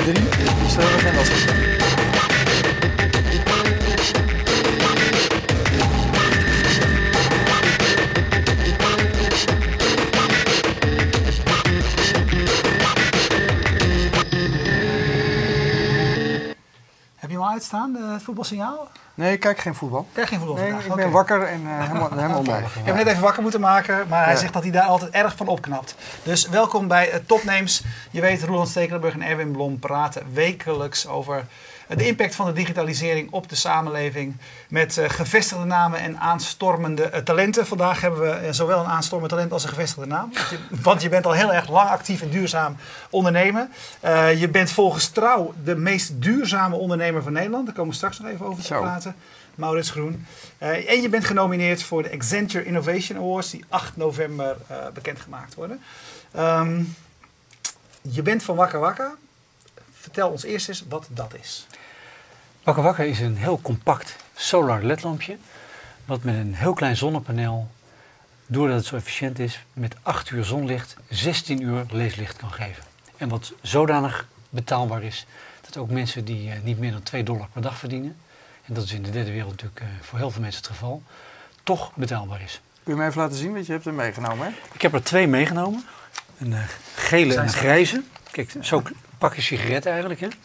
3. Dus we gaan dat zitten. Heb je hem al uitstaan, het voetbalsignaal? Nee, ik kijk geen voetbal. Kijk geen voetbal vandaag? Ik ben wakker en helemaal blij. Ik heb hem net even wakker moeten maken, maar hij zegt dat hij daar altijd erg van opknapt. Dus welkom bij Topnames. Je weet, Roland Stekelenburg en Erwin Blom praten wekelijks over de impact van de digitalisering op de samenleving. Met gevestigde namen en aanstormende talenten. Vandaag hebben we zowel een aanstormend talent als een gevestigde naam. Want je bent al heel erg lang actief en duurzaam ondernemen. Je bent volgens Trouw de meest duurzame ondernemer van Nederland. Daar komen we straks nog even over te praten. Maurits Groen. En je bent genomineerd voor de Accenture Innovation Awards die 8 november bekendgemaakt worden. Je bent van Wakka Wakka. Vertel ons eerst eens wat dat is. Wakka Wakka is een heel compact solar ledlampje. Wat met een heel klein zonnepaneel, doordat het zo efficiënt is, met 8 uur zonlicht 16 uur leeslicht kan geven. En wat zodanig betaalbaar is, dat ook mensen die niet meer dan $2 per dag verdienen, en dat is in de derde wereld natuurlijk voor heel veel mensen het geval, toch betaalbaar is. Kun je me even laten zien wat je hebt er meegenomen? Hè? Ik heb er 2 meegenomen. Een gele en een grijze. Kijk, zo pak je sigaretten eigenlijk. Hè?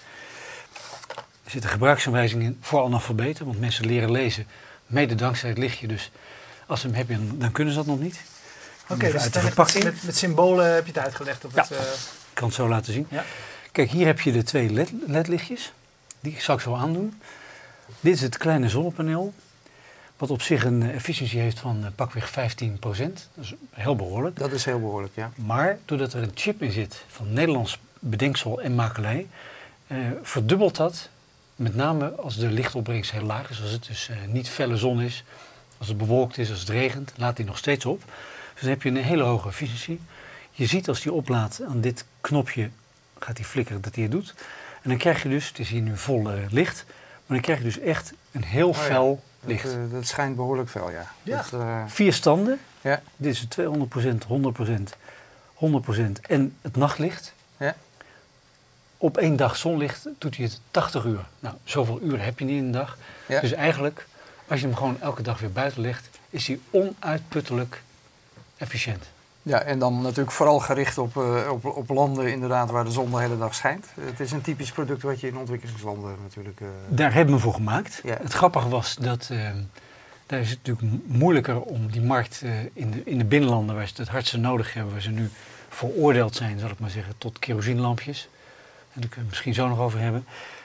Er zit een gebruiksaanwijzing in voor analfabeten, want mensen leren lezen mede dankzij het lichtje. Dus als ze hem hebben, dan kunnen ze dat nog niet. Oké, dus met symbolen heb je het uitgelegd. Op het, ik kan het zo laten zien. Ja. Kijk, hier heb je de 2 LED-lichtjes. Die zal ik zo aandoen. Dit is het kleine zonnepaneel. Wat op zich een efficiëntie heeft van pakweg 15%. Dat is heel behoorlijk. Dat is heel behoorlijk, ja. Maar doordat er een chip in zit van Nederlands bedenksel en makelij, verdubbelt dat. Met name als de lichtopbrengst heel laag is. Als het dus niet felle zon is. Als het bewolkt is, als het regent, laat die nog steeds op. Dus dan heb je een hele hoge efficiëntie. Je ziet als die oplaadt aan dit knopje, gaat die flikkeren dat hij het doet. En dan krijg je dus, het is hier nu vol licht, maar dan krijg je dus echt een heel fel licht. Dat schijnt behoorlijk fel, ja. Ja. Dat, 4 standen. Ja. Dit is het 200%, 100%, 100% en het nachtlicht. Ja. Op 1 dag zonlicht doet hij het 80 uur. Nou, zoveel uren heb je niet in een dag. Ja. Dus eigenlijk, als je hem gewoon elke dag weer buiten legt, is hij onuitputtelijk efficiënt. Ja, en dan natuurlijk vooral gericht op landen inderdaad waar de zon de hele dag schijnt. Het is een typisch product wat je in ontwikkelingslanden natuurlijk... Daar hebben we hem voor gemaakt. Ja. Het grappige was dat daar is het natuurlijk moeilijker om die markt in de binnenlanden waar ze het hardste nodig hebben, waar ze nu veroordeeld zijn, zal ik maar zeggen, tot kerosinelampjes. Daar kunnen we het misschien zo nog over hebben.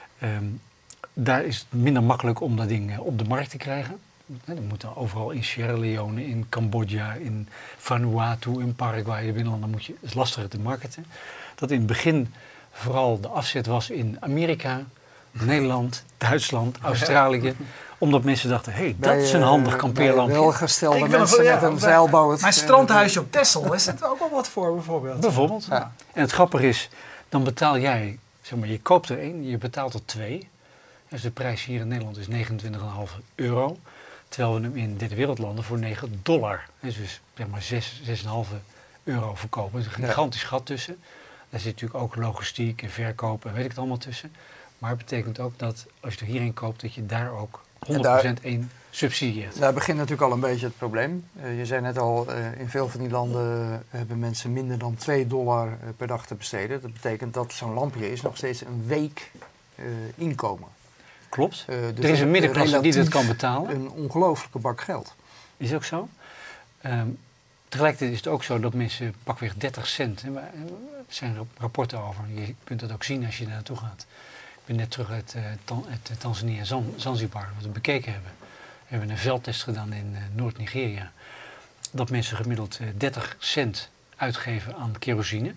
Daar is het minder makkelijk om dat ding op de markt te krijgen. Dat moet dan overal in Sierra Leone, in Cambodja, in Vanuatu, in Paraguay, de binnenlanden is lastiger te marketen. Dat in het begin vooral de afzet was in Amerika, Nederland, Duitsland, Australië. Omdat mensen dachten, hé, dat is een handig kampeerlampje. Welgestelde mensen met een zeilboot. Mijn strandhuisje op Texel, is dat ook wel wat voor bijvoorbeeld? Bijvoorbeeld. Ja. En het grappige is, dan betaal jij, zeg maar, je koopt er 1, je betaalt er 2. Dus de prijs hier in Nederland is €29,5. Terwijl we hem in derde wereldlanden voor $9. Dus zeg maar €6,5 verkopen. Er is een gigantisch gat tussen. Daar zit natuurlijk ook logistiek en verkoop en weet ik het allemaal tussen. Maar het betekent ook dat als je er hierheen koopt, dat je daar ook 100% in subsidieert. Daar begint natuurlijk al een beetje het probleem. Je zei net al, in veel van die landen hebben mensen minder dan $2 per dag te besteden. Dat betekent dat zo'n lampje is nog steeds een week inkomen. Klopt. Dus er is een middenklasse die dit kan betalen. Een ongelooflijke bak geld. Is ook zo. Tegelijkertijd is het ook zo dat mensen pakweg 30 cent... Er zijn rapporten over. Je kunt dat ook zien als je daar naartoe gaat. Ik ben net terug uit Tanzania en Zanzibar, wat we bekeken hebben. We hebben een veldtest gedaan in Noord-Nigeria. Dat mensen gemiddeld 30 cent uitgeven aan kerosine.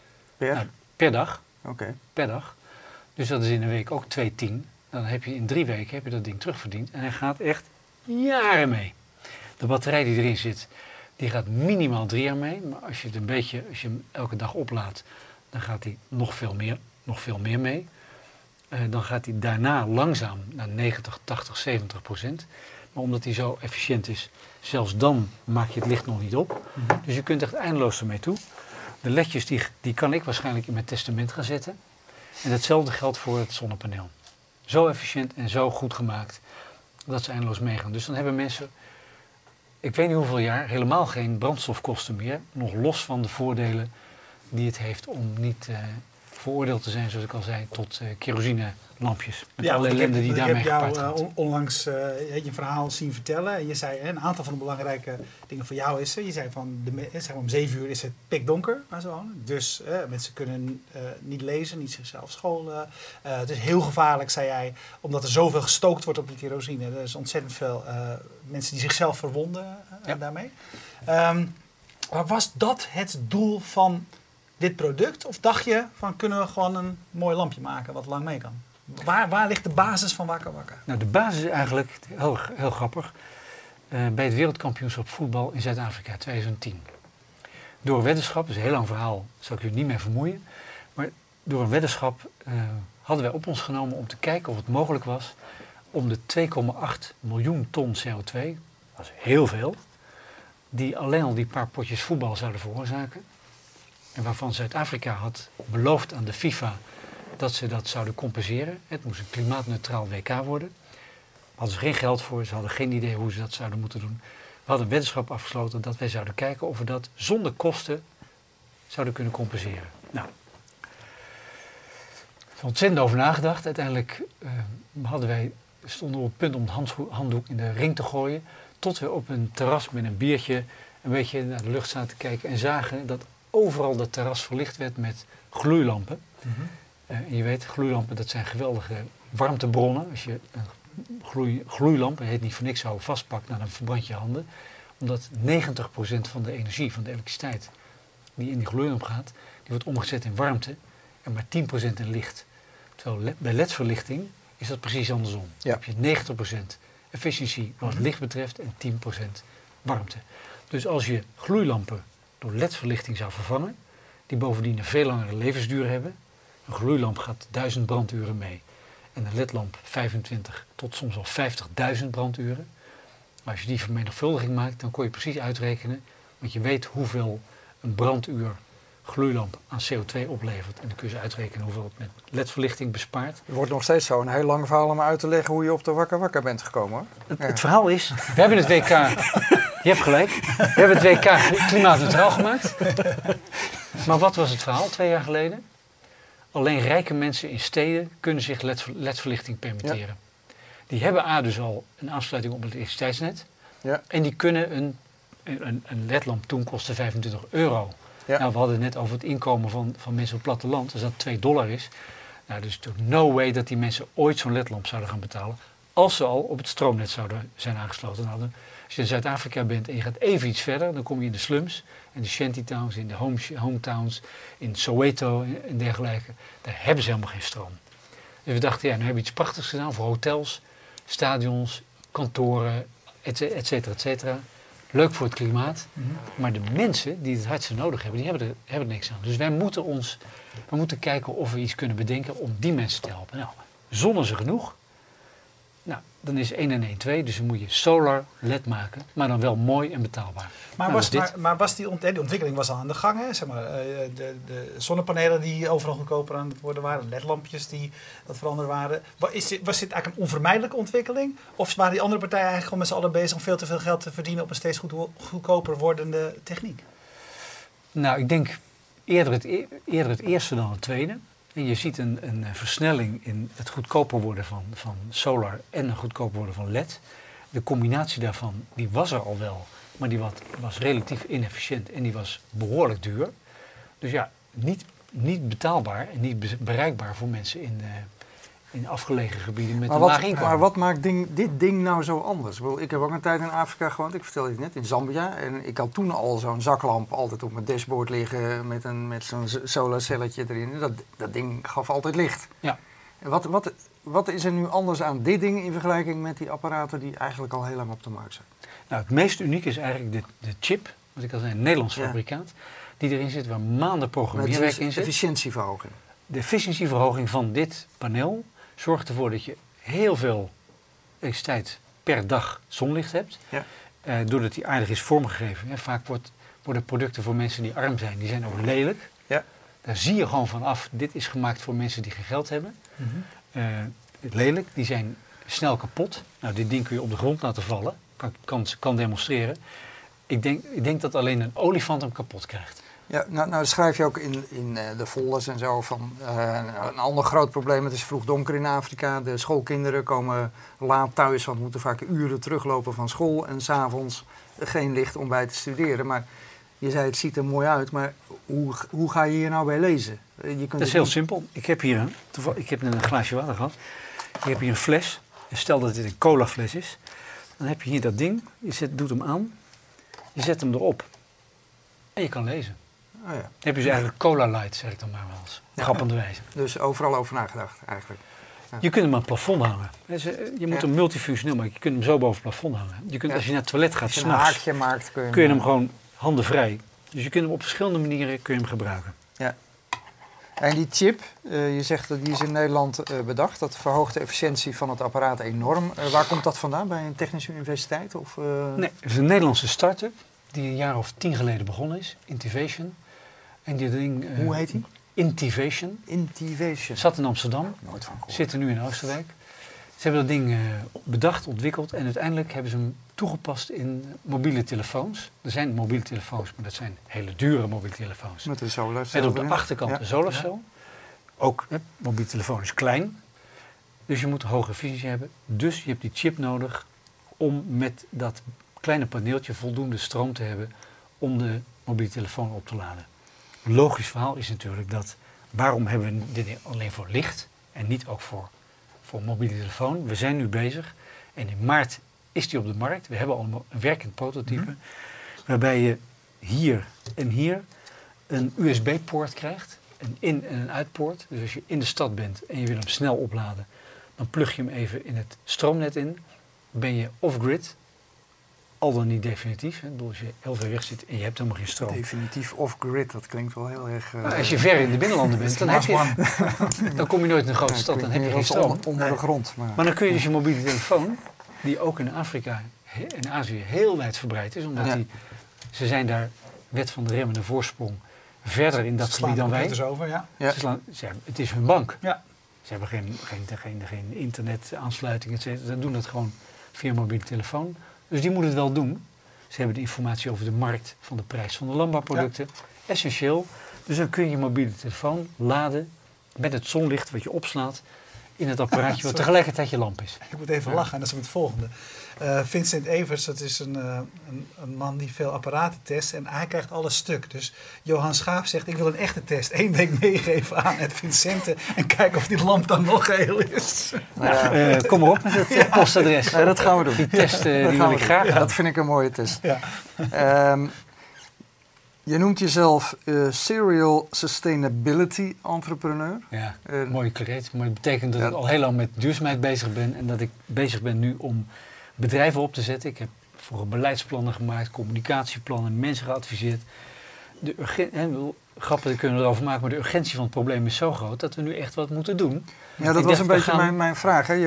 Per dag. Oké. Per dag. Dus dat is in een week ook 2,10. Dan heb je in 3 weken dat ding terugverdiend. En hij gaat echt jaren mee. De batterij die erin zit, die gaat minimaal 3 jaar mee. Maar als je hem elke dag oplaadt, dan gaat hij nog veel meer mee. Dan gaat hij daarna langzaam naar 90, 80, 70%. Maar omdat hij zo efficiënt is, zelfs dan maak je het licht nog niet op. Mm-hmm. Dus je kunt echt eindeloos ermee toe. De ledjes die kan ik waarschijnlijk in mijn testament gaan zetten. En datzelfde geldt voor het zonnepaneel. Zo efficiënt en zo goed gemaakt dat ze eindeloos meegaan. Dus dan hebben mensen, ik weet niet hoeveel jaar, helemaal geen brandstofkosten meer. Nog los van de voordelen die het heeft om niet veroordeeld te zijn, zoals ik al zei, tot kerosinelampjes. Met alle ellende die daarmee gepaard gaat. Ik heb jou onlangs je verhaal zien vertellen. En je zei, een aantal van de belangrijke dingen voor jou is, je zei van, zeg maar om 7 uur is het pikdonker waar ze wonen. Dus mensen kunnen niet lezen, niet zichzelf scholen. Het is heel gevaarlijk, zei jij, omdat er zoveel gestookt wordt op die kerosine. Er is ontzettend veel mensen die zichzelf verwonden daarmee. Maar was dat het doel van dit product? Of dacht je van, kunnen we gewoon een mooi lampje maken wat lang mee kan? Waar ligt de basis van Wakka Wakka? Nou, de basis is eigenlijk heel grappig. Bij het wereldkampioenschap voetbal in Zuid-Afrika 2010. Door een weddenschap, dat is een heel lang verhaal, zal ik u niet meer vermoeien. Maar door een weddenschap hadden wij op ons genomen om te kijken of het mogelijk was om de 2,8 miljoen ton CO2, dat is heel veel, die alleen al die paar potjes voetbal zouden veroorzaken. En waarvan Zuid-Afrika had beloofd aan de FIFA dat ze dat zouden compenseren. Het moest een klimaatneutraal WK worden. Daar hadden ze geen geld voor, ze hadden geen idee hoe ze dat zouden moeten doen. We hadden een weddenschap afgesloten dat wij zouden kijken of we dat zonder kosten zouden kunnen compenseren. Nou, er is ontzettend over nagedacht. Uiteindelijk stonden we op het punt om het handdoek in de ring te gooien. Tot we op een terras met een biertje een beetje naar de lucht zaten te kijken en zagen dat overal dat terras verlicht werd met gloeilampen. Mm-hmm. En je weet, gloeilampen, dat zijn geweldige warmtebronnen. Als je een gloeilamp, dat heet niet voor niks, zo vastpakt, nou, dan verbrand je handen. Omdat 90% van de energie, van de elektriciteit die in die gloeilamp gaat, die wordt omgezet in warmte en maar 10% in licht. Terwijl bij LED-verlichting is dat precies andersom. Ja. Dan heb je 90% efficiëntie wat licht betreft en 10% warmte. Dus als je gloeilampen door LED-verlichting zou vervangen, die bovendien een veel langere levensduur hebben. Een gloeilamp gaat 1000 branduren mee en een LED-lamp 25 tot soms wel 50.000 branduren. Maar als je die vermenigvuldiging maakt, dan kon je precies uitrekenen, want je weet hoeveel een branduur gloeilamp aan CO2 oplevert. En dan kun je uitrekenen hoeveel het met LED-verlichting bespaart. Het wordt nog steeds zo een heel lang verhaal om uit te leggen hoe je op de Wakka Wakka bent gekomen. Hoor. Het verhaal is, we hebben het WK, je hebt gelijk, we hebben het WK klimaatneutraal gemaakt. Maar wat was het verhaal 2 jaar geleden? Alleen rijke mensen in steden kunnen zich LED-verlichting permitteren. Ja. Die hebben dus al een aansluiting op het elektriciteitsnet. Ja. En die kunnen een LED-lamp toen kostte €25. Ja. Nou, we hadden het net over het inkomen van mensen op het platteland. Als dat $2 is, nou, dus natuurlijk no way dat die mensen ooit zo'n LED-lamp zouden gaan betalen. Als ze al op het stroomnet zouden zijn aangesloten. Nou, als je in Zuid-Afrika bent en je gaat even iets verder, dan kom je in de slums. In de shantytowns, in de hometowns, in Soweto en dergelijke. Daar hebben ze helemaal geen stroom. Dus we dachten, ja, nu hebben we iets prachtigs gedaan voor hotels, stadions, kantoren, et cetera, et cetera. Leuk voor het klimaat. Mm-hmm. Maar de mensen die het hardste nodig hebben, die hebben er niks aan. Dus wij moeten kijken of we iets kunnen bedenken om die mensen te helpen. Nou, zonnen ze genoeg? Nou, dan is 1 en 1 2, dus dan moet je solar LED maken, maar dan wel mooi en betaalbaar. Maar was die ontwikkeling was al aan de gang, hè? Zeg maar, de zonnepanelen die overal goedkoper aan het worden waren, LED-lampjes die dat veranderen waren. Was dit eigenlijk een onvermijdelijke ontwikkeling? Of waren die andere partijen eigenlijk gewoon met z'n allen bezig om veel te veel geld te verdienen op een steeds goedkoper wordende techniek? Nou, ik denk eerder het eerste dan het tweede. En je ziet een versnelling in het goedkoper worden van solar en een goedkoper worden van LED. De combinatie daarvan, die was er al wel, maar die was relatief inefficiënt en die was behoorlijk duur. Dus ja, niet betaalbaar en niet bereikbaar voor mensen in afgelegen gebieden met een laag inkomen. Maar wat maakt dit ding nou zo anders? Ik heb ook een tijd in Afrika gewoond, ik vertelde het net, in Zambia. En ik had toen al zo'n zaklamp altijd op mijn dashboard liggen met zo'n solarcelletje erin. Dat ding gaf altijd licht. Ja. Wat is er nu anders aan dit ding in vergelijking met die apparaten die eigenlijk al heel lang op de markt zijn? Nou, het meest unieke is eigenlijk de chip, wat ik al zei, een Nederlands fabrikant, die erin zit, waar maanden programmeerwerk in zit. Efficiëntieverhoging. De efficiëntieverhoging van dit paneel zorgt ervoor dat je heel veel elektriciteit per dag zonlicht hebt. Ja. Doordat die aardig is vormgegeven. Vaak worden producten voor mensen die arm zijn, die zijn ook lelijk. Ja. Daar zie je gewoon van af, dit is gemaakt voor mensen die geen geld hebben. Lelijk, die zijn snel kapot. Nou, dit ding kun je op de grond laten vallen. Kan demonstreren. Ik denk dat alleen een olifant hem kapot krijgt. Ja, nou schrijf je ook in de folders en zo van een ander groot probleem. Het is vroeg donker in Afrika. De schoolkinderen komen laat thuis, want moeten vaak uren teruglopen van school. En 's avonds geen licht om bij te studeren. Maar je zei het ziet er mooi uit, maar hoe ga je hier nou bij lezen? Dat is heel simpel. Ik heb net een glaasje water gehad. Ik heb hier een fles. En stel dat dit een colafles is. Dan heb je hier dat ding. Doet hem aan. Je zet hem erop. En je kan lezen. Oh ja. Dan heb je dus eigenlijk cola light, zeg ik dan maar wel eens. Grappende wijze. Dus overal over nagedacht eigenlijk. Ja. Je kunt hem aan het plafond hangen. Je moet hem multifunctioneel maken. Je kunt hem zo boven het plafond hangen. Je kunt, als je naar het toilet gaat, als je een s'nachts, haakje maakt, kun je hem gewoon handenvrij. Dus je kunt hem op verschillende manieren gebruiken. Ja. En die chip, je zegt dat die is in Nederland bedacht. Dat verhoogt de efficiëntie van het apparaat enorm. Waar komt dat vandaan? Bij een technische universiteit? Of, Nee, het is een Nederlandse start-up die een jaar of 10 geleden begonnen is. Intivation. En die ding, hoe heet die? Intivation. Intivation. Zat in Amsterdam. Nooit van gehoord. Zitten nu in Oosterwijk. Ze hebben dat ding bedacht, ontwikkeld en uiteindelijk hebben ze hem toegepast in mobiele telefoons. Er zijn mobiele telefoons, maar dat zijn hele dure mobiele telefoons. Met een solarcel. Met op de achterkant een solarcel. Ook, mobiele telefoon is klein. Dus je moet een hoge efficiëntie hebben. Dus je hebt die chip nodig om met dat kleine paneeltje voldoende stroom te hebben om de mobiele telefoon op te laden. Een logisch verhaal is natuurlijk dat, waarom hebben we dit alleen voor licht en niet ook voor mobiele telefoon? We zijn nu bezig en in maart is die op de markt. We hebben al een werkend prototype waarbij je hier en hier een USB-poort krijgt. Een in- en een uitpoort. Dus als je in de stad bent en je wil hem snel opladen, dan plug je hem even in het stroomnet in. Ben je off-grid, al dan niet definitief. Hè. Als je heel ver weg zit en je hebt helemaal geen stroom. Definitief off-grid, dat klinkt wel heel erg... Nou, als je ver in de binnenlanden bent, dan kom je nooit in een grote stad, dan heb je geen stroom. Onder de grond. Maar dan kun je dus je mobiele telefoon, die ook in Afrika en Azië heel wijdverbreid is, omdat ze zijn daar, wet van de remmende voorsprong, verder in dat gebied dan wij. Dus over, ja. Het is hun bank. Ja. Ze hebben geen internetaansluiting, et cetera. Ze doen dat gewoon via mobiele telefoon. Dus die moeten het wel doen. Ze hebben de informatie over de markt van de prijs van de landbouwproducten. Ja. Essentieel. Dus dan kun je je mobiele telefoon laden met het zonlicht wat je opslaat in het apparaatje wat tegelijkertijd je lamp is. Ik moet even lachen en dat is het volgende. Vincent Evers, dat is een man die veel apparaten test en hij krijgt alles stuk. Dus Johan Schaap zegt, ik wil een echte test. 1 week meegeven aan het Vincente en kijken of die lamp dan nog geheel is. Kom maar op met het postadres. Nee, dat gaan we doen. Die test die wil ik graag. Ja, dat vind ik een mooie test. Ja. Je noemt jezelf serial sustainability entrepreneur. Ja, mooi kreet. Maar het betekent dat ik al heel lang met duurzaamheid bezig ben en dat ik bezig ben nu om bedrijven op te zetten. Ik heb vroeger beleidsplannen gemaakt, communicatieplannen, mensen geadviseerd. Grappen daar kunnen we erover maken, maar de urgentie van het probleem is zo groot dat we nu echt wat moeten doen. Ja, dat was een beetje mijn vraag. Hè?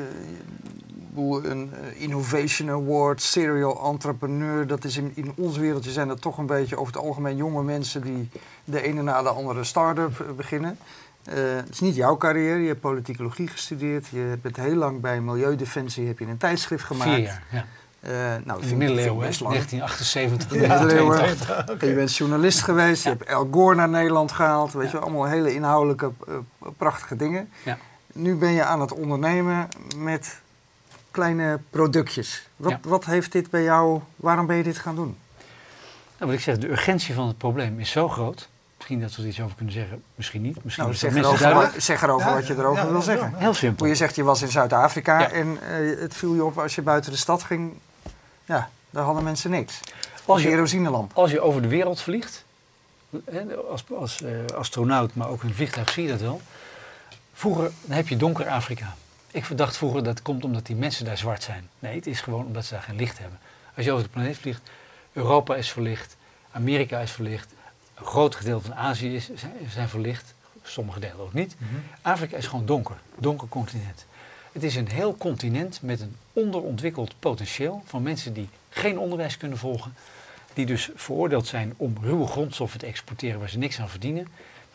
Een Innovation Award, serial entrepreneur, dat is in ons wereldje zijn dat toch een beetje over het algemeen jonge mensen die de ene na de andere start-up beginnen. Het is niet jouw carrière, je hebt politicologie gestudeerd, je bent heel lang bij Milieudefensie, heb je een tijdschrift gemaakt. 4 jaar, ja. Nou, in de middeleeuwen, 1978. Je bent journalist geweest, je hebt Al Gore naar Nederland gehaald, weet je, allemaal hele inhoudelijke, prachtige dingen. Ja. Nu ben je aan het ondernemen met kleine productjes. Wat heeft dit bij jou, waarom ben je dit gaan doen? Nou, wat ik zeg, de urgentie van het probleem is zo groot. Misschien dat we er iets over kunnen zeggen, misschien niet. Misschien zeg erover wat je erover wil zeggen. Heel simpel. Je zegt, je was in Zuid-Afrika en het viel je op als je buiten de stad ging. Ja, daar hadden mensen niks. Als je kerosinelamp. Als je over de wereld vliegt, als astronaut, maar ook in een vliegtuig zie je dat wel. Vroeger dan heb je donker Afrika. Ik verdacht vroeger dat het komt omdat die mensen daar zwart zijn. Nee, het is gewoon omdat ze daar geen licht hebben. Als je over de planeet vliegt, Europa is verlicht, Amerika is verlicht, een groot gedeelte van Azië zijn verlicht, sommige delen ook niet. Afrika is gewoon donker continent. Het is een heel continent met een onderontwikkeld potentieel van mensen die geen onderwijs kunnen volgen, die dus veroordeeld zijn om ruwe grondstoffen te exporteren waar ze niks aan verdienen,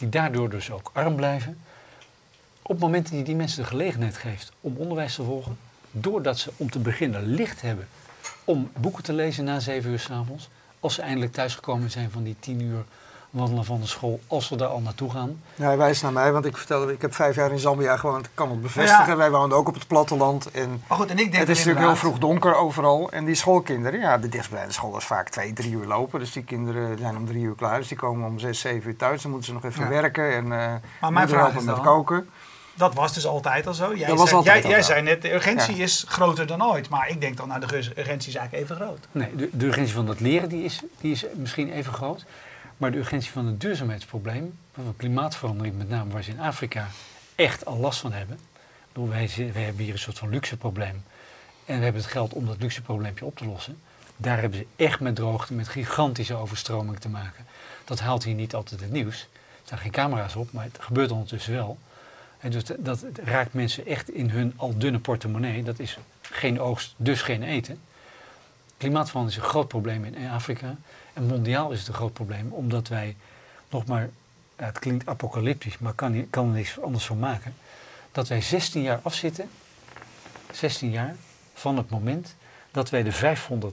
die daardoor dus ook arm blijven. Op het moment dat je die mensen de gelegenheid geeft om onderwijs te volgen, doordat ze om te beginnen licht hebben om boeken te lezen na 7 uur 's avonds, als ze eindelijk thuisgekomen zijn van die 10 uur wandelen van de school, als ze daar al naartoe gaan. Ja, hij wijst naar mij, want ik vertelde, ik heb 5 jaar in Zambia gewoond, ik kan het bevestigen. Ja. Wij woonden ook op het platteland. En Maar goed, en ik denk het is natuurlijk heel vroeg donker overal. En die schoolkinderen, ja, de dichtstbijzijnde school is vaak 2-3 uur lopen. Dus die kinderen zijn om 3 uur klaar. Dus die komen om 6-7 uur thuis. Dan moeten ze nog even werken en maar mijn vraag is met dan, koken. dat was dus altijd al zo. Jij zei net, de urgentie is groter dan ooit. Maar ik denk dan, nou, de urgentie is eigenlijk even groot. Nee, de urgentie van dat leren die is misschien even groot. Maar de urgentie van het duurzaamheidsprobleem, van klimaatverandering met name, waar ze in Afrika echt al last van hebben. Ik bedoel, wij hebben hier een soort van luxe probleem. En we hebben het geld om dat luxe probleempje op te lossen. Daar hebben ze echt met droogte, met gigantische overstroming te maken. Dat haalt hier niet altijd het nieuws. Er staan geen camera's op, maar het gebeurt ondertussen wel. En dus dat raakt mensen echt in hun al dunne portemonnee. Dat is geen oogst, dus geen eten. Klimaatverandering is een groot probleem in Afrika. En mondiaal is het een groot probleem, omdat wij nog maar, ja, het klinkt apocalyptisch, maar kan er niks anders van maken, dat wij 16 jaar afzitten, 16 jaar van het moment dat wij de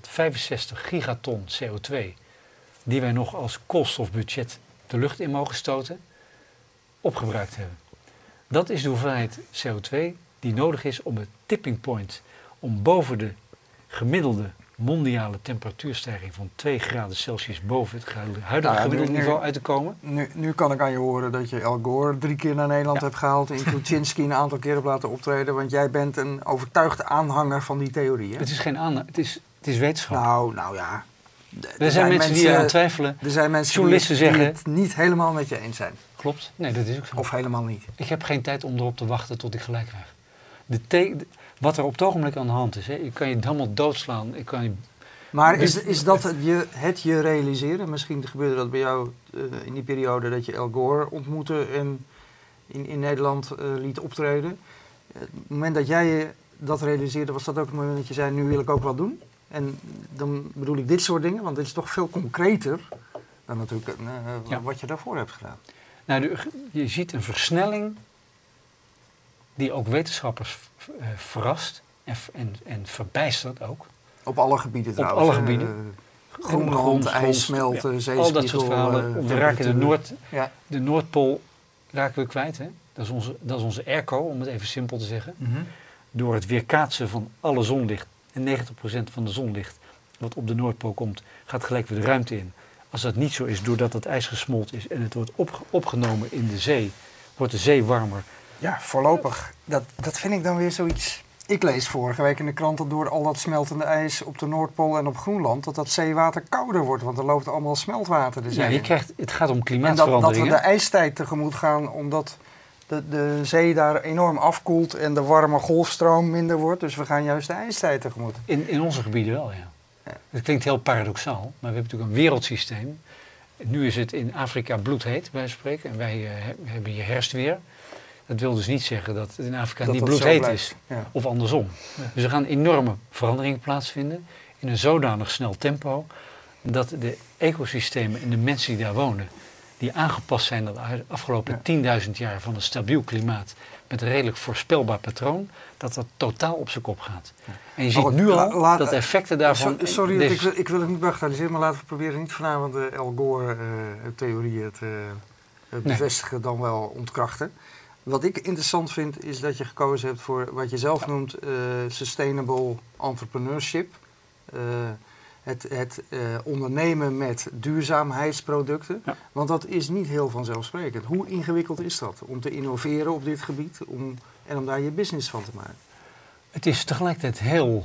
565 gigaton CO2, die wij nog als koolstofbudget de lucht in mogen stoten, opgebruikt hebben. Dat is de hoeveelheid CO2 die nodig is om het tipping point, om boven de gemiddelde mondiale temperatuurstijging van 2 graden Celsius boven het huidige gemiddelde niveau uit te komen. Nu kan ik aan je horen dat je Al Gore 3 keer naar Nederland hebt gehaald en Kuczynski een aantal keer hebt laten optreden, want jij bent een overtuigde aanhanger van die theorie. Hè? Het is geen aanhanger, het is wetenschap. Nou ja. Er zijn mensen die eraan twijfelen. Er zijn mensen Journalisten die zeggen, het niet helemaal met je eens zijn. Klopt, nee, dat is ook zo. Of helemaal niet. Ik heb geen tijd om erop te wachten tot ik gelijk krijg. Wat er op het ogenblik aan de hand is, hè, je kan je helemaal doodslaan. Maar is dat het je realiseren? Misschien gebeurde dat bij jou in die periode dat je Al Gore ontmoette en in Nederland liet optreden. Het moment dat jij je dat realiseerde, was dat ook het moment dat je zei, nu wil ik ook wat doen? En dan bedoel ik dit soort dingen, want dit is toch veel concreter dan natuurlijk wat je daarvoor hebt gedaan. Nou, je ziet een versnelling die ook wetenschappers verrast en verbijstert ook. Op alle gebieden trouwens. Op alle gebieden. Grond, ijs smelten, zeespiegel. Al dat soort verhalen. We raken de Noordpool raken we kwijt. Hè? Dat is onze airco, om het even simpel te zeggen. Mm-hmm. Door het weerkaatsen van alle zonlicht. En 90% van de zonlicht wat op de Noordpool komt, gaat gelijk weer de ruimte in. Als dat niet zo is, doordat het ijs gesmolten is en het wordt opgenomen in de zee, wordt de zee warmer. Ja, voorlopig. Dat vind ik dan weer zoiets. Ik lees vorige week in de krant dat door al dat smeltende ijs op de Noordpool en op Groenland, dat zeewater kouder wordt, want er loopt allemaal smeltwater de zee in. Het gaat om klimaatverandering. En dat we de ijstijd tegemoet gaan, omdat de zee daar enorm afkoelt en de warme golfstroom minder wordt. Dus we gaan juist de ijstijd tegemoet. In onze gebieden wel, ja. Het klinkt heel paradoxaal, maar we hebben natuurlijk een wereldsysteem. Nu is het in Afrika bloedheet, bij spreken, en wij hebben hier herfstweer. Dat wil dus niet zeggen dat het in Afrika niet bloedheet is, of andersom. Ja. Dus er gaan enorme veranderingen plaatsvinden in een zodanig snel tempo dat de ecosystemen en de mensen die daar wonen, die aangepast zijn aan de afgelopen 10.000 jaar van een stabiel klimaat met een redelijk voorspelbaar patroon, dat totaal op zijn kop gaat. Ja. En je ziet nu al dat de effecten daarvan... Sorry, ik wil het niet bagatelliseren, maar laten we proberen niet vanavond de Al Gore-theorie te bevestigen dan wel ontkrachten. Wat ik interessant vind, is dat je gekozen hebt voor wat je zelf noemt sustainable entrepreneurship. Het ondernemen met duurzaamheidsproducten. Ja. Want dat is niet heel vanzelfsprekend. Hoe ingewikkeld is dat om te innoveren op dit gebied en om daar je business van te maken? Het is tegelijkertijd heel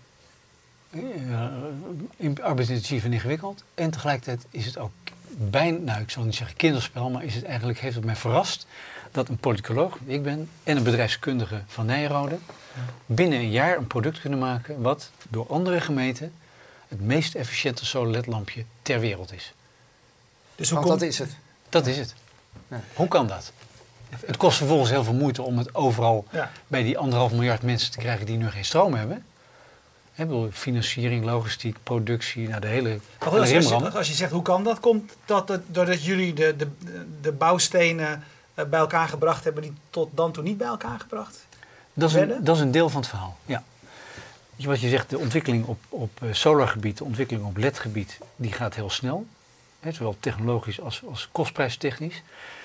arbeidsintensief en ingewikkeld. En tegelijkertijd is het ook bijna, nou ik zal niet zeggen kinderspel, maar heeft het mij verrast dat een politicoloog, ik ben, en een bedrijfskundige van Nijrode binnen een jaar een product kunnen maken wat door andere gemeten het meest efficiënte solar-ledlampje ter wereld is. Dus dat is het? Dat is het. Ja. Hoe kan dat? Het kost vervolgens heel veel moeite om het overal bij die 1,5 miljard mensen te krijgen die nu geen stroom hebben. Financiering, logistiek, productie, nou de hele Maar goed, rimram. als je zegt hoe kan dat, komt dat doordat jullie de bouwstenen bij elkaar gebracht hebben die tot dan toe niet bij elkaar gebracht? Dat is een deel van het verhaal, ja. Wat je zegt, de ontwikkeling op solargebied, de ontwikkeling op LED-gebied, die gaat heel snel. Zowel technologisch als kostprijstechnisch.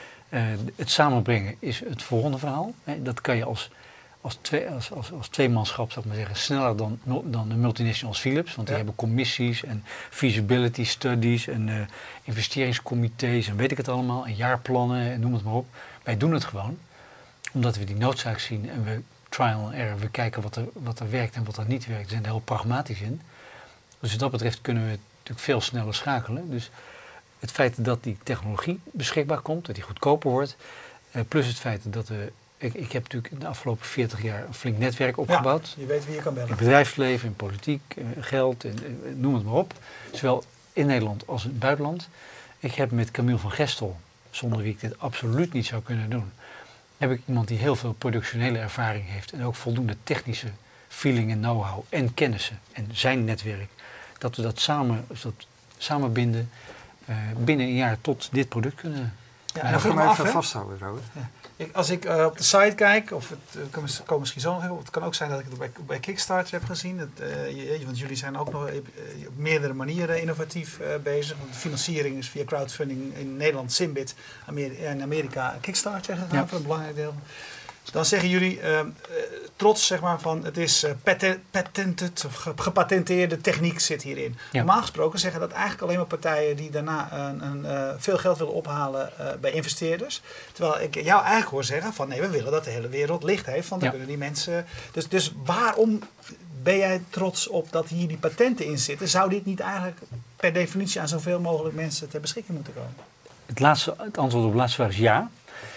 Het samenbrengen is het volgende verhaal. Dat kan je als tweemanschap, zou ik maar zeggen, sneller dan de multinational als Philips. Want die hebben commissies en feasibility studies en investeringscomité's en weet ik het allemaal. En jaarplannen en noem het maar op. Wij doen het gewoon, omdat we die noodzaak zien en we trial and error. We kijken wat er werkt en wat er niet werkt. We zijn er heel pragmatisch in. Dus wat dat betreft kunnen we natuurlijk veel sneller schakelen. Dus het feit dat die technologie beschikbaar komt, dat die goedkoper wordt, plus het feit dat ik heb natuurlijk in de afgelopen 40 jaar een flink netwerk opgebouwd. Ja, je weet wie je kan bellen. In bedrijfsleven, in politiek, geld, noem het maar op. Zowel in Nederland als in het buitenland. Ik heb met Camille van Gestel, zonder wie ik dit absoluut niet zou kunnen doen, heb ik iemand die heel veel productionele ervaring heeft en ook voldoende technische feeling en know-how en kennissen en zijn netwerk. Dat we dat samen binden binnen een jaar tot dit product kunnen. Ja, en dat gaan we even vasthouden trouwens. Ja. Als ik op de site kijk, of het kan misschien zo nog even, het kan ook zijn dat ik het bij Kickstarter heb gezien. Want jullie zijn ook nog op meerdere manieren innovatief bezig. Want de financiering is via crowdfunding in Nederland, Symbit, in Amerika Kickstarter gegaan voor een belangrijk deel. Dan zeggen jullie trots, zeg maar, van het is patented of gepatenteerde techniek zit hierin. Ja. Normaal gesproken zeggen dat eigenlijk alleen maar partijen die daarna veel geld willen ophalen bij investeerders. Terwijl ik jou eigenlijk hoor zeggen van nee, we willen dat de hele wereld licht heeft. Want dan kunnen die mensen. Dus waarom ben jij trots op dat hier die patenten in zitten? Zou dit niet eigenlijk per definitie aan zoveel mogelijk mensen ter beschikking moeten komen? Het antwoord op de laatste vraag is ja.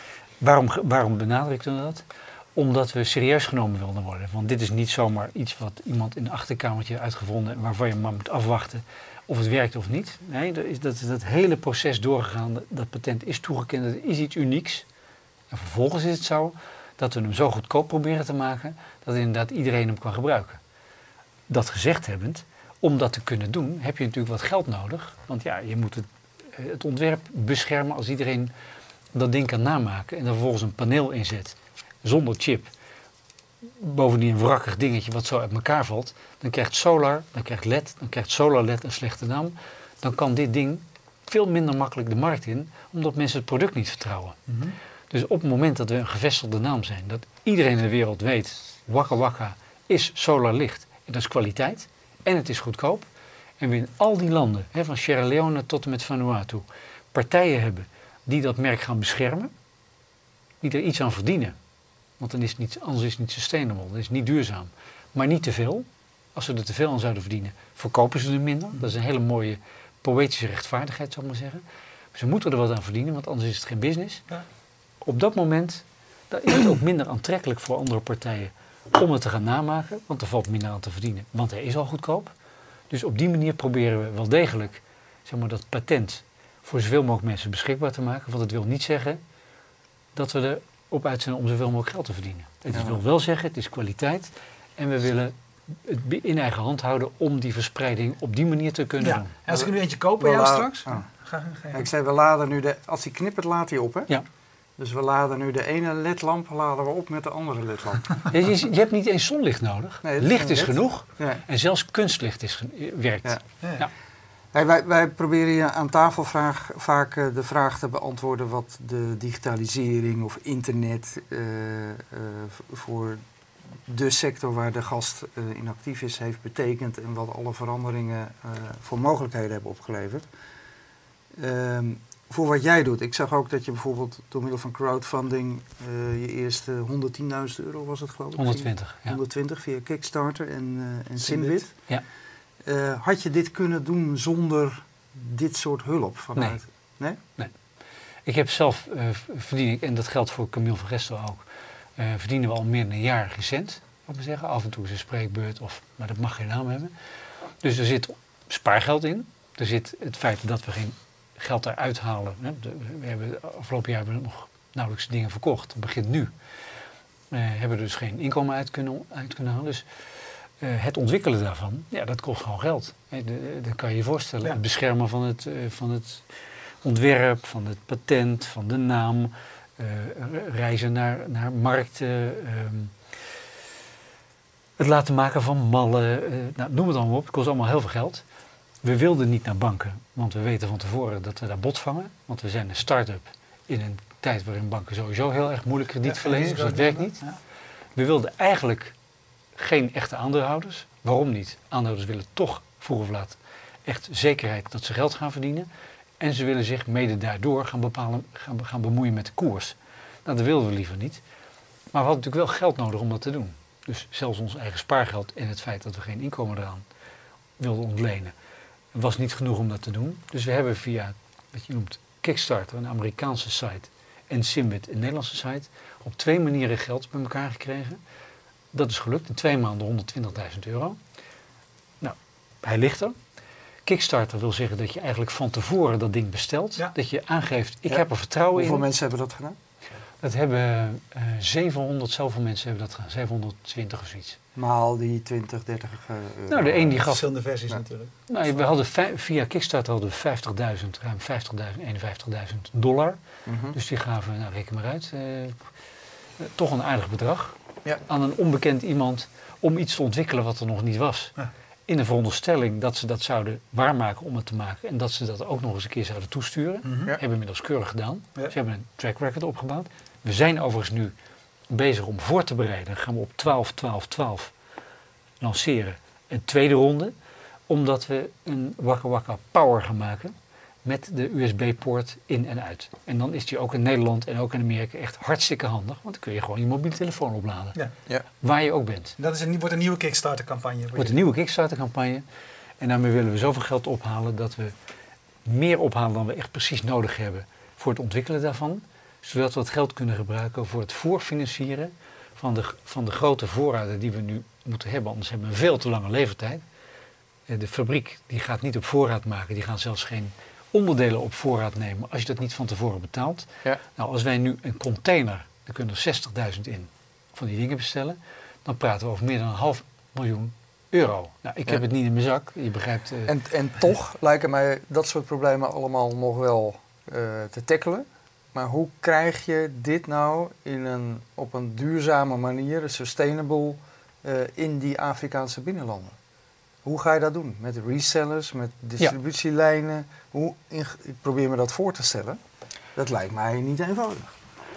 Waarom benadrukt u dat? Omdat we serieus genomen wilden worden. Want dit is niet zomaar iets wat iemand in een achterkamertje uitgevonden en waarvan je maar moet afwachten of het werkt of niet. Nee, dat is dat hele proces doorgegaan. Dat patent is toegekend, dat is iets unieks. En vervolgens is het zo dat we hem zo goedkoop proberen te maken dat inderdaad iedereen hem kan gebruiken. Dat gezegd hebbend, om dat te kunnen doen, heb je natuurlijk wat geld nodig. Want ja, je moet het ontwerp beschermen als iedereen dat ding kan namaken en dan vervolgens een paneel inzet zonder chip. Bovendien een wrakkig dingetje wat zo uit elkaar valt. Dan krijgt solar, dan krijgt LED, dan krijgt solar LED een slechte naam. Dan kan dit ding veel minder makkelijk de markt in, omdat mensen het product niet vertrouwen. Mm-hmm. Dus op het moment dat we een gevestigde naam zijn, dat iedereen in de wereld weet, Waka Waka is solar licht. En dat is kwaliteit en het is goedkoop. En we in al die landen, van Sierra Leone tot en met Vanuatu, partijen hebben die dat merk gaan beschermen, die er iets aan verdienen. Want dan is het niet, anders is het niet sustainable, dat is niet duurzaam. Maar niet te veel. Als ze er te veel aan zouden verdienen, verkopen ze er minder. Dat is een hele mooie poëtische rechtvaardigheid, zou ik maar zeggen. Ze moeten er wat aan verdienen, want anders is het geen business. Ja. Op dat moment is het ook minder aantrekkelijk voor andere partijen om het te gaan namaken, want er valt minder aan te verdienen, want hij is al goedkoop. Dus op die manier proberen we wel degelijk, zeg maar, dat patent voor zoveel mogelijk mensen beschikbaar te maken. Want het wil niet zeggen dat we erop uit zijn om zoveel mogelijk geld te verdienen. Het wil wel zeggen, het is kwaliteit. En we willen het in eigen hand houden om die verspreiding op die manier te kunnen doen. En als ik nu eentje koop bij jou straks? Ik zei, we laden nu als hij knippert, laat hij op, hè? Ja. Dus we laden nu de ene ledlamp laden we op met de andere ledlamp. Je hebt niet eens zonlicht nodig. Nee, licht is genoeg. Ja. En zelfs kunstlicht werkt. Ja. Hey, wij proberen hier aan tafel vaak de vraag te beantwoorden wat de digitalisering of internet voor de sector waar de gast in actief is heeft betekend en wat alle veranderingen voor mogelijkheden hebben opgeleverd. Voor wat jij doet. Ik zag ook dat je bijvoorbeeld door middel van crowdfunding je eerste €110.000 was het geloof ik? 120, ja. 120 via Kickstarter en Symbit. Ja. Had je dit kunnen doen zonder dit soort hulp vanuit? Nee? Nee. Ik heb zelf verdien ik, en dat geldt voor Camille van Gestel ook, verdienen we al meer dan een jaar recent, moet ik zeggen. Af en toe is een spreekbeurt, maar dat mag geen naam hebben. Dus er zit spaargeld in. Er zit het feit dat we geen geld eruit halen. We hebben afgelopen jaar nog nauwelijks dingen verkocht. Het begint nu. Hebben we dus geen inkomen uit kunnen halen. Dus Het ontwikkelen daarvan, ja, dat kost gewoon geld. Dat kan je je voorstellen. Ja. Het beschermen van het ontwerp, van het patent, van de naam, reizen naar markten, het laten maken van mallen, noem het allemaal op. Het kost allemaal heel veel geld. We wilden niet naar banken, want we weten van tevoren dat we daar bot vangen. Want we zijn een start-up in een tijd waarin banken sowieso heel erg moeilijk krediet verlenen. Dus dat werkt niet. Ja. We wilden eigenlijk geen echte aandeelhouders. Waarom niet? Aandeelhouders willen toch vroeg of laat echt zekerheid dat ze geld gaan verdienen. En ze willen zich mede daardoor gaan bemoeien met de koers. Nou, dat wilden we liever niet. Maar we hadden natuurlijk wel geld nodig om dat te doen. Dus zelfs ons eigen spaargeld en het feit dat we geen inkomen eraan wilden ontlenen, was niet genoeg om dat te doen. Dus we hebben via, wat je noemt, Kickstarter, een Amerikaanse site, en Simbit, een Nederlandse site, op 2 manieren geld bij elkaar gekregen. Dat is gelukt. In 2 maanden €120.000. Nou, hij ligt er. Kickstarter wil zeggen dat je eigenlijk van tevoren dat ding bestelt. Ja. Dat je aangeeft, ik Ja. heb er vertrouwen Hoeveel in. mensen hebben dat gedaan? Dat hebben 700, zoveel mensen hebben dat gedaan. 720 of zoiets. Maal die 20, 30 euro. Nou, de een die gaf... Verschillende versies Ja. natuurlijk. Nou, we hadden via Kickstarter hadden we ruim 50.000, $51.000. Mhm. Dus die gaven, nou reken maar uit, toch een aardig bedrag Ja. aan een onbekend iemand om iets te ontwikkelen wat er nog niet was. Ja. In de veronderstelling dat ze dat zouden waarmaken om het te maken en dat ze dat ook nog eens een keer zouden toesturen. Mhm. Ja. Hebben we inmiddels keurig gedaan. Ja. Ze hebben een track record opgebouwd. We zijn overigens nu bezig om voor te bereiden. Dan gaan we op 12/12/12 lanceren een tweede ronde. Omdat we een Waka Waka Power gaan maken met de USB-poort in en uit. En dan is die ook in Nederland en ook in Amerika echt hartstikke handig. Want dan kun je gewoon je mobiele telefoon opladen. Ja. Ja. Waar je ook bent. Dat is wordt een nieuwe Kickstarter-campagne. Het wordt een nieuwe Kickstarter-campagne. En daarmee willen we zoveel geld ophalen dat we meer ophalen dan we echt precies nodig hebben voor het ontwikkelen daarvan. Zodat we het geld kunnen gebruiken voor het voorfinancieren van de grote voorraden die we nu moeten hebben. Anders hebben we een veel te lange levertijd. De fabriek die gaat niet op voorraad maken. Die gaan zelfs geen onderdelen op voorraad nemen als je dat niet van tevoren betaalt. Ja. Nou, als wij nu een container, er kunnen er 60.000 in, van die dingen bestellen, dan praten we over meer dan €500.000. Nou, ik heb het niet in mijn zak. Je begrijpt. En toch lijken mij dat soort problemen allemaal nog wel te tackelen. Maar hoe krijg je dit nou op een duurzame manier, sustainable, in die Afrikaanse binnenlanden? Hoe ga je dat doen? Met resellers, met distributielijnen? Ik probeer me dat voor te stellen. Dat lijkt mij niet eenvoudig.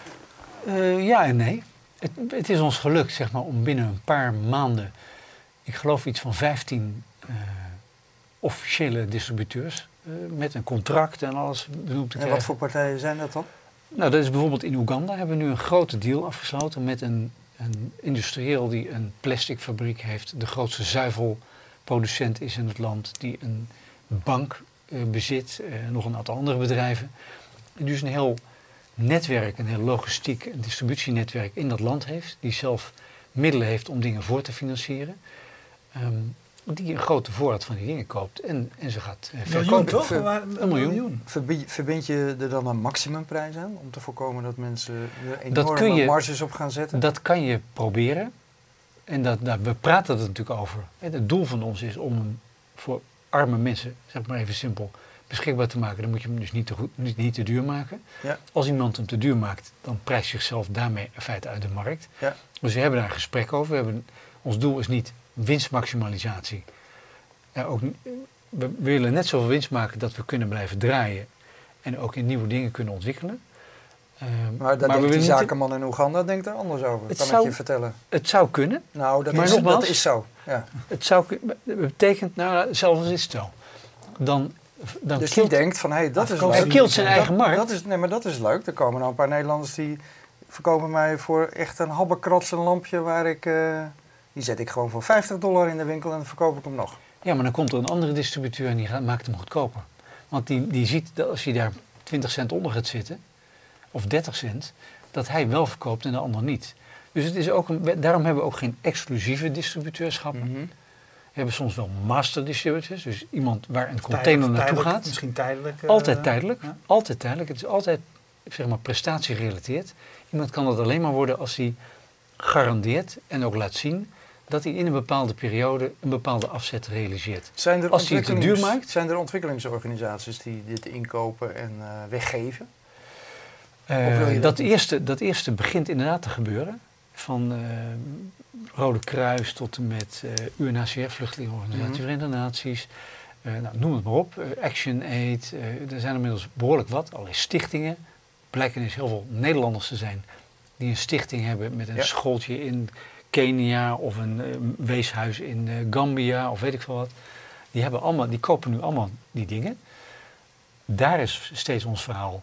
Ja en nee. Het is ons gelukt, zeg maar, om binnen een paar maanden, ik geloof iets van 15 officiële distributeurs, met een contract en alles benoemd te En krijgen. wat voor partijen zijn dat dan? Nou, dat is bijvoorbeeld in Oeganda hebben we nu een grote deal afgesloten met een industrieel die een plasticfabriek heeft, de grootste zuivelproducent is in het land, die een bank bezit, nog een aantal andere bedrijven. En dus een heel netwerk, een heel logistiek, een distributienetwerk in dat land heeft, die zelf middelen heeft om dingen voor te financieren. Die een grote voorraad van die dingen koopt en ze gaat Miljoen verkopen. toch? Een miljoen. Verbind je er dan een maximumprijs aan om te voorkomen dat mensen er Dat kun enorme je- marges op gaan zetten? Dat kan je proberen. En we praten er natuurlijk over. En het doel van ons is om hem voor arme mensen, zeg maar even simpel, beschikbaar te maken. Dan moet je hem dus niet te duur maken. Ja. Als iemand hem te duur maakt, dan prijst zichzelf daarmee in feite uit de markt. Ja. Dus we hebben daar een gesprek over. Ons doel is niet winstmaximalisatie. We willen net zoveel winst maken dat we kunnen blijven draaien. En ook in nieuwe dingen kunnen ontwikkelen. Maar daar we denkt die willen niet- zakenman in Oeganda denkt er anders over. Het kan zou- ik je vertellen. Het zou kunnen. Nou, dat Maar nogmaals- is zo. Ja. Dat betekent, nou, zelfs is het zo. Dan Dus kilt- die denkt van, hé, dat is Afkomen. leuk. Hij kilt zijn eigen markt. Maar dat is leuk. Er komen nou een paar Nederlanders die verkopen mij voor echt een habbekrats een lampje waar ik... die zet ik gewoon voor $50 in de winkel en dan verkoop ik hem nog. Ja, maar dan komt er een andere distributeur en die maakt hem goedkoper. Want die ziet dat als je daar 20 cent onder gaat zitten, of 30 cent, dat hij wel verkoopt en de ander niet. Dus het is ook daarom hebben we ook geen exclusieve distributeurschappen. We hebben soms wel master distributors, dus iemand waar een container naartoe Tijdelijk, gaat. Misschien tijdelijk. Altijd tijdelijk, ja. altijd tijdelijk. Het is altijd, zeg maar, prestatiegerelateerd. Iemand kan dat alleen maar worden als hij garandeert en ook laat zien dat hij in een bepaalde periode een bepaalde afzet realiseert. Zijn er, Als hij het te duur maakt? Zijn er ontwikkelingsorganisaties die dit inkopen en weggeven? Dat eerste begint inderdaad te gebeuren. Van Rode Kruis tot en met UNHCR, Vluchtelingenorganisatie, Verenigde Naties. Noem het maar op. Action Aid. Er zijn inmiddels behoorlijk wat. Allerlei stichtingen. Blijken dus heel veel Nederlanders te zijn die een stichting hebben met een schooltje in Kenia of een weeshuis in Gambia of weet ik veel wat. Die kopen nu allemaal die dingen. Daar is steeds ons verhaal.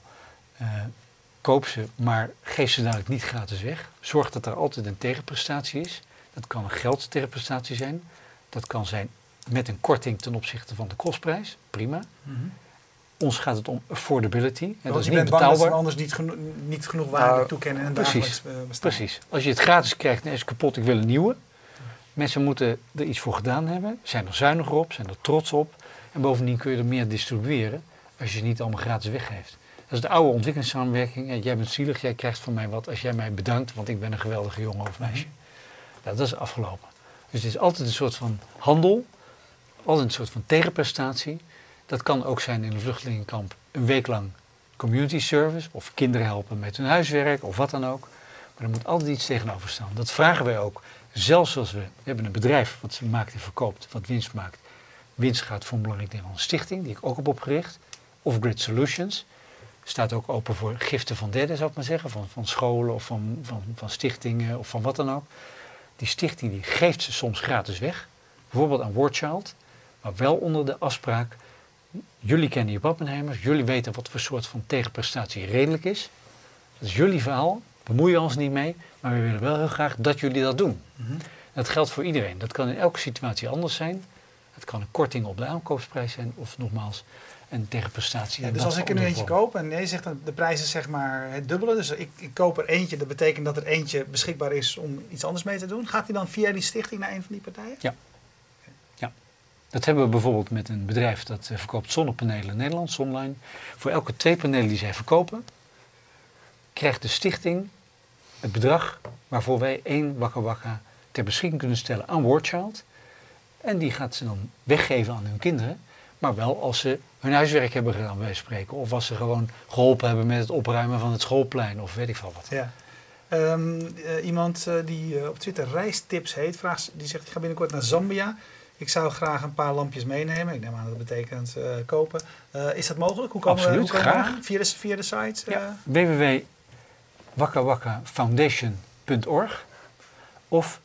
Koop ze, maar geef ze dadelijk niet gratis weg. Zorg dat er altijd een tegenprestatie is. Dat kan een geldtegenprestatie zijn. Dat kan zijn met een korting ten opzichte van de kostprijs. Prima. Ons gaat het om affordability. Dat is je niet bent bang betaalbaar. dat we anders niet genoeg waarde toekennen in een dagelijks bestaan. Precies. Als je het gratis krijgt en is het kapot, ik wil een nieuwe. Mensen moeten er iets voor gedaan hebben. Zijn er zuiniger op, zijn er trots op. En bovendien kun je er meer distribueren als je het niet allemaal gratis weggeeft. Dat is de oude ontwikkelingssamenwerking. Jij bent zielig, jij krijgt van mij wat als jij mij bedankt, want ik ben een geweldige jongen of meisje. Dat is afgelopen. Dus het is altijd een soort van handel, altijd een soort van tegenprestatie. Dat kan ook zijn in een vluchtelingenkamp een week lang community service of kinderen helpen met hun huiswerk of wat dan ook. Maar er moet altijd iets tegenover staan. Dat vragen wij ook. Zelfs als we hebben een bedrijf wat ze maakt en verkoopt, wat winst maakt. Winst gaat voor een belangrijk deel aan een stichting, die ik ook heb opgericht. Of Grid Solutions. Staat ook open voor giften van derden, zou ik maar zeggen. Van scholen of van stichtingen of van wat dan ook. Die stichting die geeft ze soms gratis weg. Bijvoorbeeld aan War Child. Maar wel onder de afspraak. Jullie kennen je Pappenheimers. Jullie weten wat voor soort van tegenprestatie redelijk is. Dat is jullie verhaal. Bemoeien ons niet mee. Maar we willen wel heel graag dat jullie dat doen. Dat geldt voor iedereen. Dat kan in elke situatie anders zijn. Het kan een korting op de aankoopsprijs zijn. Of nogmaals een tegenprestatie. Ja, dus als ik er nu eentje koop en je zegt dat de prijs is zeg maar het dubbele. Dus ik koop er eentje. Dat betekent dat er eentje beschikbaar is om iets anders mee te doen. Gaat die dan via die stichting naar een van die partijen? Ja. Dat hebben we bijvoorbeeld met een bedrijf dat verkoopt zonnepanelen in Nederland, Sonline. Voor elke 2 panelen die zij verkopen, krijgt de stichting het bedrag waarvoor wij 1 Wakka Wakka ter beschikking kunnen stellen aan War Child. En die gaat ze dan weggeven aan hun kinderen. Maar wel als ze hun huiswerk hebben gedaan, bij wijze van spreken. Of als ze gewoon geholpen hebben met het opruimen van het schoolplein of weet ik veel wat. Ja. Iemand die op Twitter reistips heet, die zegt ik ga binnenkort naar Zambia. Ik zou graag een paar lampjes meenemen. Ik neem aan dat betekent kopen. Is dat mogelijk? Hoe komen Absoluut, we graag. aan? Via de site? Ja. www.wakkawakkafoundation.org of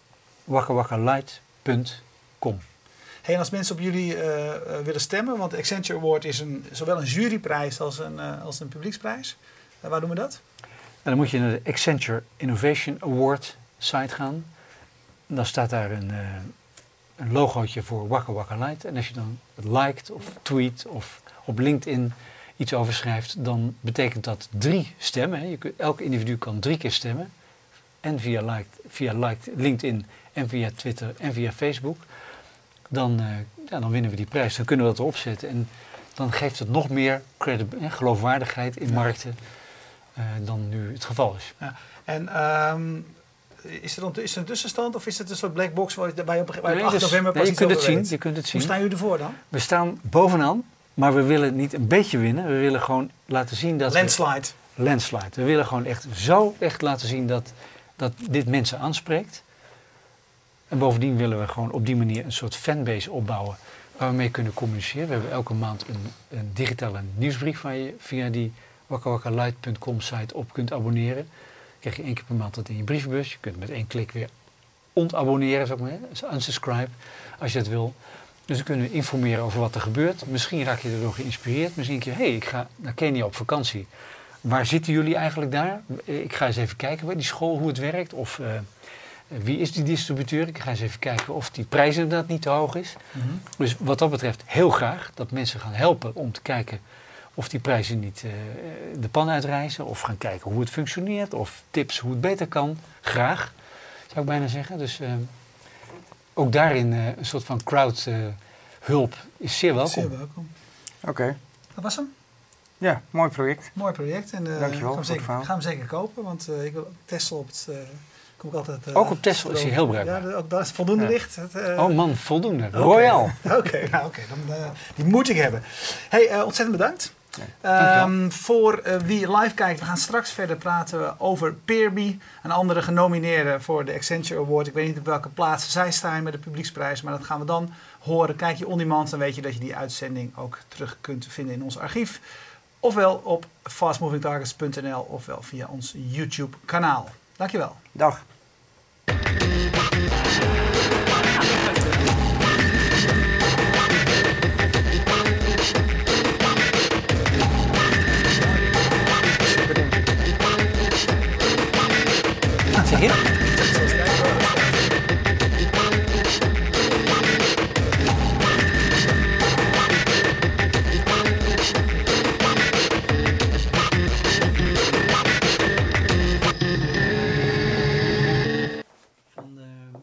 wakkawakalight.com. Hey, en als mensen op jullie willen stemmen, want de Accenture Award is zowel een juryprijs als een publieksprijs. Waar doen we dat? En dan moet je naar de Accenture Innovation Award site gaan. En dan staat daar een logootje voor Wakka Wakka Light. En als je dan het liked of tweet of op LinkedIn iets over schrijft, dan betekent dat 3 stemmen. Hè. Elk individu kan 3 keer stemmen. En via LinkedIn en via Twitter en via Facebook. Dan winnen we die prijs. Dan kunnen we dat erop zetten. En dan geeft het nog meer geloofwaardigheid in markten dan nu het geval is. Ja. En is er een tussenstand of is het een soort black box waar je op 8 november pas je iets kunt over het zien. weet? Je kunt het zien. Hoe staan jullie ervoor dan? We staan bovenaan, maar we willen niet een beetje winnen. We willen gewoon laten zien dat landslide. We willen gewoon echt laten zien dat dit mensen aanspreekt. En bovendien willen we gewoon op die manier een soort fanbase opbouwen waar we mee kunnen communiceren. We hebben elke maand een digitale nieuwsbrief waar je via die wakkawakalight.com site op kunt abonneren. Dan krijg je 1 keer per maand dat in je brievenbus. Je kunt met 1 klik weer ontabonneren, zeg maar, unsubscribe, als je dat wil. Dus dan kunnen we informeren over wat er gebeurt. Misschien raak je erdoor geïnspireerd. Misschien denk je, ik ga naar Kenia op vakantie. Waar zitten jullie eigenlijk daar? Ik ga eens even kijken bij die school hoe het werkt. Of wie is die distributeur? Ik ga eens even kijken of die prijs inderdaad niet te hoog is. Mm-hmm. Dus wat dat betreft heel graag dat mensen gaan helpen om te kijken of die prijzen niet de pan uitreizen. Of gaan kijken hoe het functioneert. Of tips hoe het beter kan. Graag, zou ik bijna zeggen. Dus ook daarin een soort van crowd-hulp is zeer welkom. Zeer welkom. Oké. Dat was hem. Ja, mooi project. Mooi project. En Dankjewel voor het verhaal. ga hem zeker kopen, want ik wil testen op het Kom ik altijd, Ook op Texel is hij heel bruikbaar. Ja, ook daar is voldoende licht. Oh man, voldoende. Royal. Oké, die moet ik hebben. Hey, ontzettend bedankt. Voor wie live kijkt, we gaan straks verder praten over Peerby. Een andere genomineerde voor de Accenture Award. Ik weet niet op welke plaats zij staan met de publieksprijs, maar dat gaan we dan horen. Kijk je on demand, dan weet je dat je die uitzending ook terug kunt vinden in ons archief. Ofwel op fastmovingtargets.nl ofwel via ons YouTube kanaal. Dankjewel. Dag.